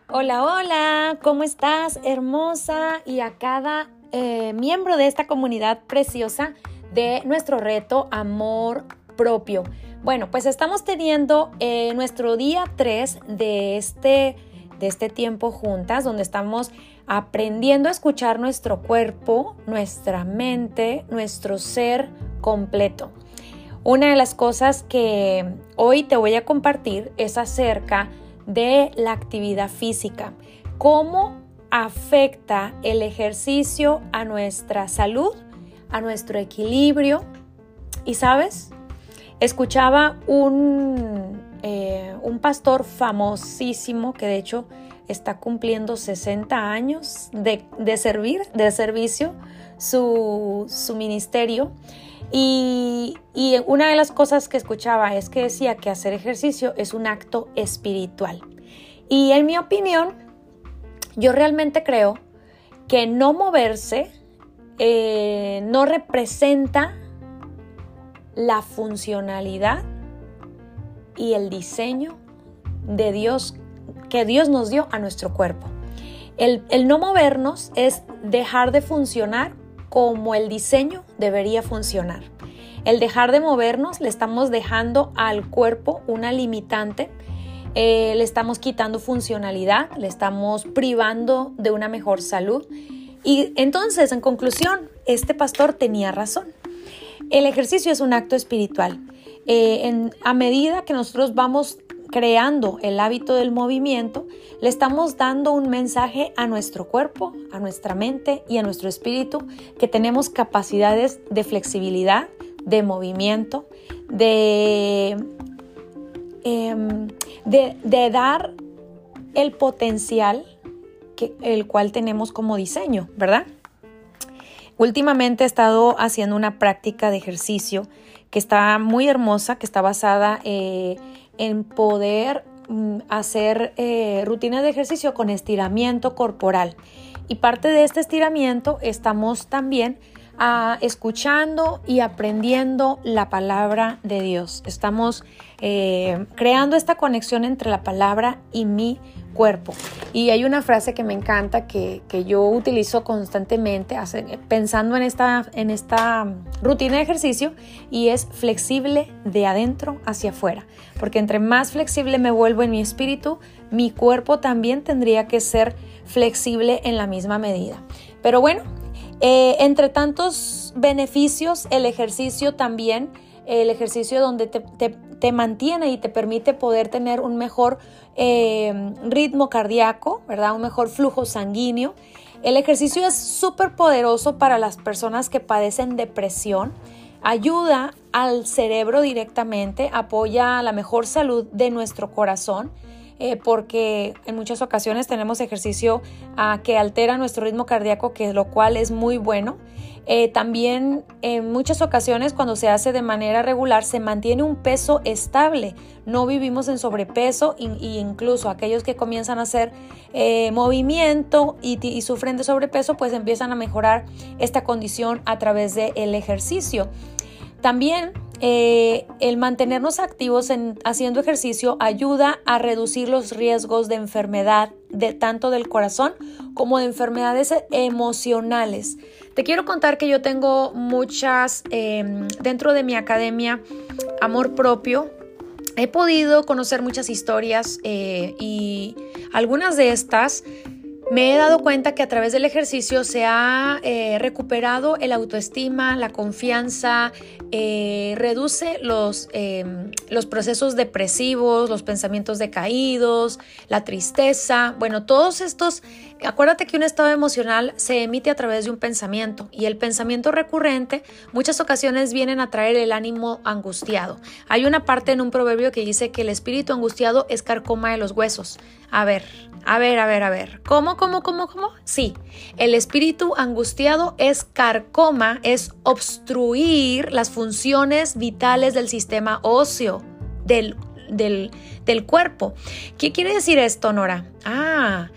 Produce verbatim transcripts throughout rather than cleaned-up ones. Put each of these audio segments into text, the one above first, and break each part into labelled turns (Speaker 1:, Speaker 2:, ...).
Speaker 1: Hola, hola, ¿cómo estás, hermosa? Y a cada eh, miembro de esta comunidad preciosa de nuestro reto Amor Propio. Bueno, pues estamos teniendo eh, nuestro día tres de este, de este tiempo juntas, donde estamos aprendiendo a escuchar nuestro cuerpo, nuestra mente, nuestro ser completo. Una de las cosas que hoy te voy a compartir es acerca de la actividad física. ¿Cómo afecta el ejercicio a nuestra salud, a nuestro equilibrio? Y sabes, escuchaba un, eh, un pastor famosísimo que de hecho está cumpliendo sesenta años de, de servir, de servicio, su, su ministerio. Y, y una de las cosas que escuchaba es que decía que hacer ejercicio es un acto espiritual. Y en mi opinión, yo realmente creo que no moverse eh, no representa la funcionalidad y el diseño de Dios que Dios nos dio a nuestro cuerpo. El, el no movernos es dejar de funcionar como el diseño debería funcionar. El dejar de movernos le estamos dejando al cuerpo una limitante, eh, le estamos quitando funcionalidad, le estamos privando de una mejor salud. Y entonces, en conclusión, este pastor tenía razón. El ejercicio es un acto espiritual. Eh, en, a medida que nosotros vamos creando el hábito del movimiento, le estamos dando un mensaje a nuestro cuerpo, a nuestra mente y a nuestro espíritu que tenemos capacidades de flexibilidad, de movimiento, de, eh, de, de dar el potencial que, el cual tenemos como diseño, ¿verdad? Últimamente he estado haciendo una práctica de ejercicio que está muy hermosa, que está basada eh, en poder mm, hacer eh, rutinas de ejercicio con estiramiento corporal. Y parte de este estiramiento estamos también ah, escuchando y aprendiendo la palabra de Dios. Estamos eh, creando esta conexión entre la palabra y mi cuerpo. Y hay una frase que me encanta que, que yo utilizo constantemente hace, pensando en esta, en esta rutina de ejercicio, y es flexible de adentro hacia afuera, porque entre más flexible me vuelvo en mi espíritu, mi cuerpo también tendría que ser flexible en la misma medida. Pero bueno, eh, entre tantos beneficios, el ejercicio también, el ejercicio donde te, te, te mantiene y te permite poder tener un mejor eh, ritmo cardíaco, ¿verdad? Un mejor flujo sanguíneo. El ejercicio es súper poderoso para las personas que padecen depresión. Ayuda al cerebro directamente, apoya la mejor salud de nuestro corazón. Eh, porque en muchas ocasiones tenemos ejercicio uh, que altera nuestro ritmo cardíaco, que lo cual es muy bueno. Eh, también en muchas ocasiones cuando se hace de manera regular se mantiene un peso estable, no vivimos en sobrepeso, e incluso aquellos que comienzan a hacer eh, movimiento y, y sufren de sobrepeso pues empiezan a mejorar esta condición a través del ejercicio. También eh, el mantenernos activos en haciendo ejercicio ayuda a reducir los riesgos de enfermedad, de tanto del corazón como de enfermedades emocionales. Te quiero contar que yo tengo muchas, eh, dentro de mi academia Amor Propio, he podido conocer muchas historias eh, y algunas de estas me he dado cuenta que a través del ejercicio se ha eh, recuperado el autoestima, la confianza, eh, reduce los, eh, los procesos depresivos, los pensamientos decaídos, la tristeza. Bueno, todos estos, acuérdate que un estado emocional se emite a través de un pensamiento y el pensamiento recurrente muchas ocasiones vienen a traer el ánimo angustiado. Hay una parte en un proverbio que dice que el espíritu angustiado es carcoma de los huesos. A ver, a ver, a ver, a ver. ¿Cómo, cómo, cómo, cómo? Sí, el espíritu angustiado es carcoma, es obstruir las funciones vitales del sistema óseo, del, del, del cuerpo. ¿Qué quiere decir esto, Nora? Ah,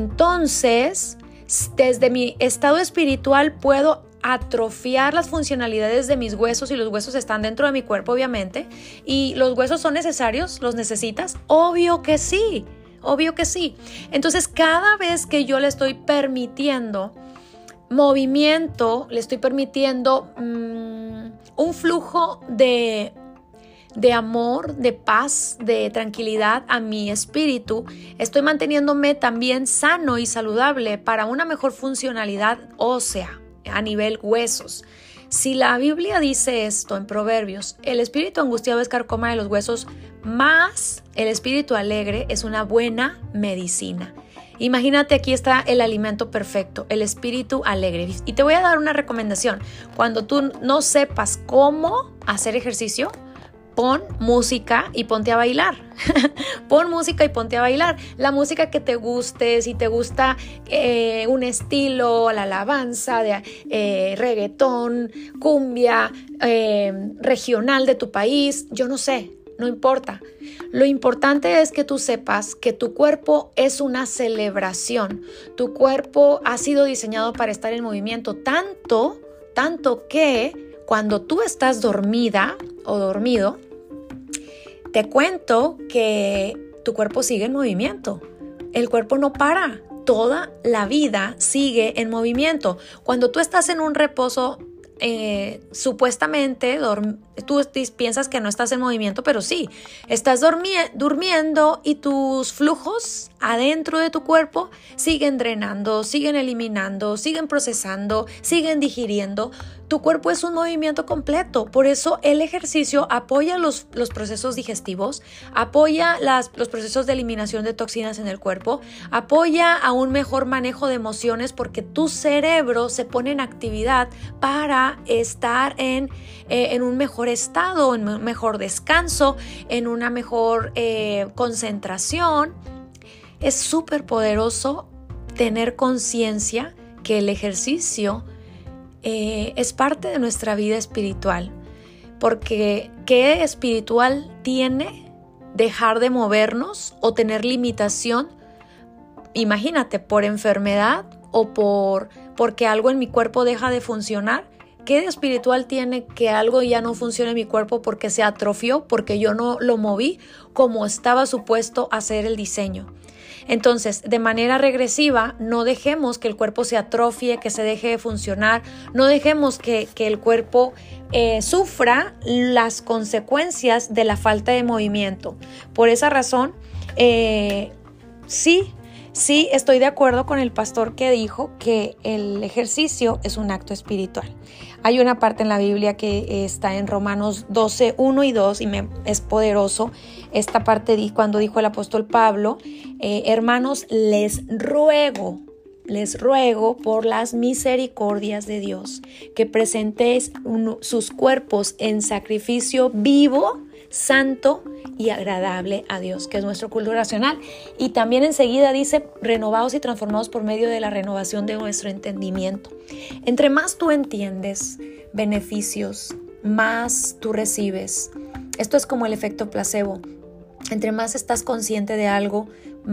Speaker 1: entonces, desde mi estado espiritual puedo atrofiar las funcionalidades de mis huesos, y los huesos están dentro de mi cuerpo, obviamente. ¿Y los huesos son necesarios? ¿Los necesitas? Obvio que sí. Obvio que sí. Entonces, cada vez que yo le estoy permitiendo movimiento, le estoy permitiendo mmm, un flujo de, de amor, de paz, de tranquilidad a mi espíritu, estoy manteniéndome también sano y saludable para una mejor funcionalidad ósea a nivel huesos. Si la Biblia dice esto en Proverbios, el espíritu angustiado es carcoma de los huesos, más el espíritu alegre es una buena medicina. Imagínate, aquí está el alimento perfecto, el espíritu alegre. Y te voy a dar una recomendación. Cuando tú no sepas cómo hacer ejercicio, pon música y ponte a bailar. Pon música y ponte a bailar. La música que te guste, si te gusta eh, un estilo, la alabanza, de, eh, reggaetón, cumbia, eh, regional de tu país, yo no sé. No importa. Lo importante es que tú sepas que tu cuerpo es una celebración. Tu cuerpo ha sido diseñado para estar en movimiento tanto, tanto que cuando tú estás dormida o dormido, te cuento que tu cuerpo sigue en movimiento. El cuerpo no para. Toda la vida sigue en movimiento. Cuando tú estás en un reposo, Eh, supuestamente dorm- tú piensas que no estás en movimiento, pero sí, estás dormi- durmiendo y tus flujos adentro de tu cuerpo siguen drenando, siguen eliminando, siguen procesando, siguen digiriendo. Tu cuerpo es un movimiento completo, por eso el ejercicio apoya los, los procesos digestivos, apoya las, los procesos de eliminación de toxinas en el cuerpo, apoya a un mejor manejo de emociones porque tu cerebro se pone en actividad para estar en, eh, en un mejor estado, en un mejor descanso, en una mejor eh, concentración. Es súper poderoso tener conciencia que el ejercicio eh, es parte de nuestra vida espiritual, porque ¿qué espiritual tiene dejar de movernos o tener limitación? Imagínate, por enfermedad o por porque algo en mi cuerpo deja de funcionar. ¿Qué de espiritual tiene que algo ya no funcione en mi cuerpo porque se atrofió, porque yo no lo moví como estaba supuesto hacer el diseño? Entonces, de manera regresiva, no dejemos que el cuerpo se atrofie, que se deje de funcionar, no dejemos que, que el cuerpo eh, sufra las consecuencias de la falta de movimiento. Por esa razón, eh, sí, sí estoy de acuerdo con el pastor que dijo que el ejercicio es un acto espiritual. Hay una parte en la Biblia que está en Romanos doce, uno y dos y me, es poderoso. Esta parte di, cuando dijo el apóstol Pablo, eh, hermanos, les ruego, les ruego por las misericordias de Dios que presentéis un, sus cuerpos en sacrificio vivo, santo y agradable a Dios, que es nuestro culto racional. Y también enseguida dice, renovados y transformados por medio de la renovación de nuestro entendimiento. Entre más tú entiendes beneficios, más tú recibes. Esto es como el efecto placebo. Entre más estás consciente de algo,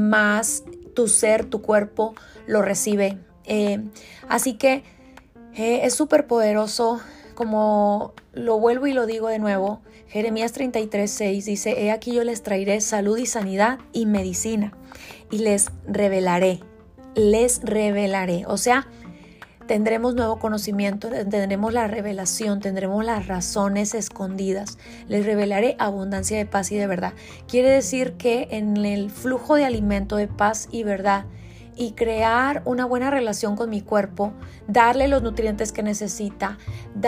Speaker 1: más tu ser, tu cuerpo lo recibe. Eh, así que eh, es súper poderoso, como lo vuelvo y lo digo de nuevo. Jeremías treinta y tres, seis dice, he aquí yo les traeré salud y sanidad y medicina y les revelaré, les revelaré. O sea, tendremos nuevo conocimiento, tendremos la revelación, tendremos las razones escondidas. Les revelaré abundancia de paz y de verdad. Quiere decir que en el flujo de alimento de paz y verdad y crear una buena relación con mi cuerpo, darle los nutrientes que necesita,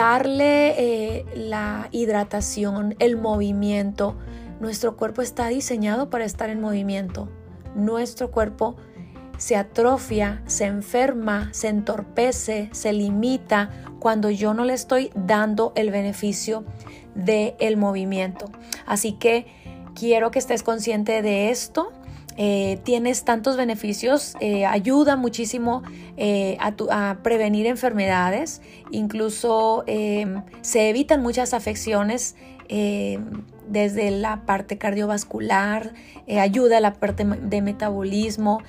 Speaker 1: darle eh, la hidratación, el movimiento. Nuestro cuerpo está diseñado para estar en movimiento. Nuestro cuerpo se atrofia, se enferma, se entorpece, se limita cuando yo no le estoy dando el beneficio del movimiento. Así que quiero que estés consciente de esto. Eh, tienes tantos beneficios, eh, ayuda muchísimo eh, a, tu, a prevenir enfermedades, incluso eh, se evitan muchas afecciones eh, desde la parte cardiovascular, eh, ayuda a la parte de metabolismo,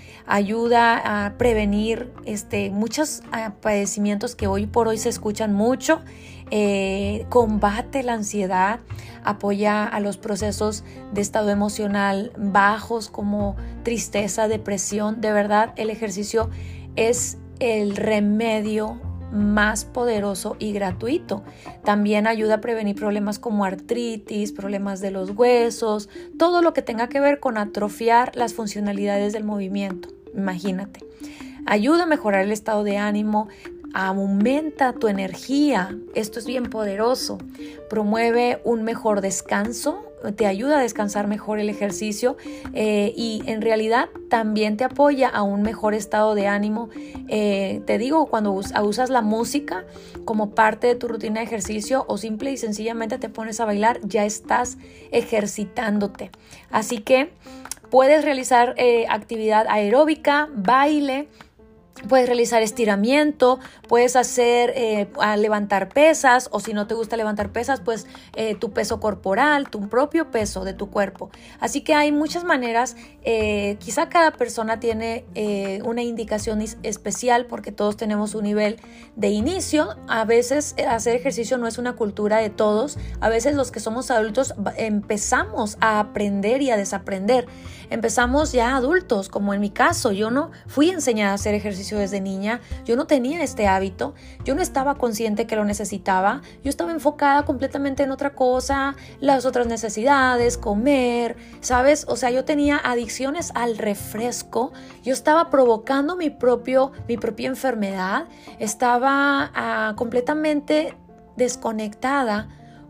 Speaker 1: ayuda a prevenir este, muchos uh, padecimientos que hoy por hoy se escuchan mucho, eh, combate la ansiedad, apoya a los procesos de estado emocional bajos como tristeza, depresión. De verdad, el ejercicio es el remedio más poderoso y gratuito. También ayuda a prevenir problemas como artritis, problemas de los huesos, todo lo que tenga que ver con atrofiar las funcionalidades del movimiento. Imagínate. Ayuda a mejorar el estado de ánimo, aumenta tu energía. Esto es bien poderoso. Promueve un mejor descanso, te ayuda a descansar mejor el ejercicio eh, y en realidad también te apoya a un mejor estado de ánimo. Eh, te digo, cuando us- usas la música como parte de tu rutina de ejercicio o simple y sencillamente te pones a bailar, ya estás ejercitándote. Así que puedes realizar eh, actividad aeróbica, baile. Puedes realizar estiramiento, puedes hacer eh, a levantar pesas, o si no te gusta levantar pesas, pues eh, tu peso corporal, tu propio peso de tu cuerpo. Así que hay muchas maneras, eh, quizá cada persona tiene eh, una indicación especial porque todos tenemos un nivel de inicio. A veces hacer ejercicio no es una cultura de todos, a veces los que somos adultos empezamos a aprender y a desaprender. Empezamos ya adultos, como en mi caso, yo no fui enseñada a hacer ejercicio desde niña, yo no tenía este hábito, yo no estaba consciente que lo necesitaba, yo estaba enfocada completamente en otra cosa, las otras necesidades, comer, ¿sabes? O sea, yo tenía adicciones al refresco, yo estaba provocando mi, propio, mi propia enfermedad, estaba uh, completamente desconectada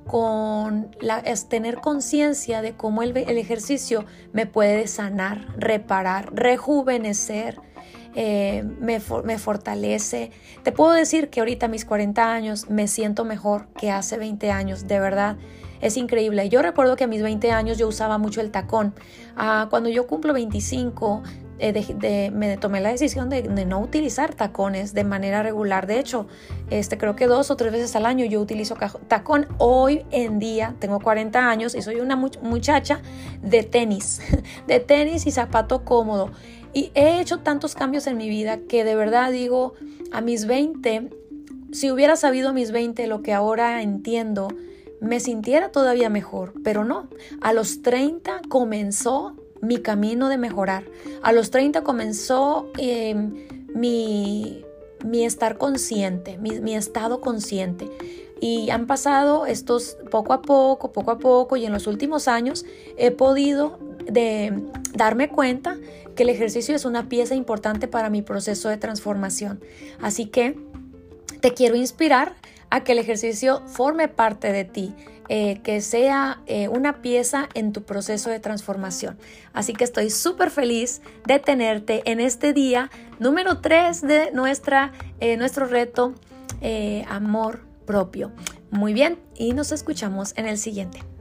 Speaker 1: con la, es tener conciencia de cómo el, el ejercicio me puede sanar, reparar, rejuvenecer, eh, me, for, me fortalece. Te puedo decir que ahorita a mis cuarenta años me siento mejor que hace veinte años, de verdad. Es increíble. Yo recuerdo que a mis veinte años yo usaba mucho el tacón. Ah, cuando yo cumplo veinticinco, eh, de, de, me tomé la decisión de, de no utilizar tacones de manera regular. De hecho, este, creo que dos o tres veces al año yo utilizo tacón. Hoy en día tengo cuarenta años y soy una muchacha de tenis, de tenis y zapato cómodo. Y he hecho tantos cambios en mi vida que de verdad digo, a mis veinte, si hubiera sabido a mis veinte lo que ahora entiendo, me sintiera todavía mejor, pero no. A los treinta comenzó mi camino de mejorar. A los treinta comenzó eh, mi, mi estar consciente, mi, mi estado consciente. Y han pasado estos poco a poco, poco a poco, y en los últimos años he podido de darme cuenta que el ejercicio es una pieza importante para mi proceso de transformación. Así que te quiero inspirar a que el ejercicio forme parte de ti, eh, que sea eh, una pieza en tu proceso de transformación. Así que estoy súper feliz de tenerte en este día número tres de nuestra, eh, nuestro reto eh, Amor Propio. Muy bien, y nos escuchamos en el siguiente.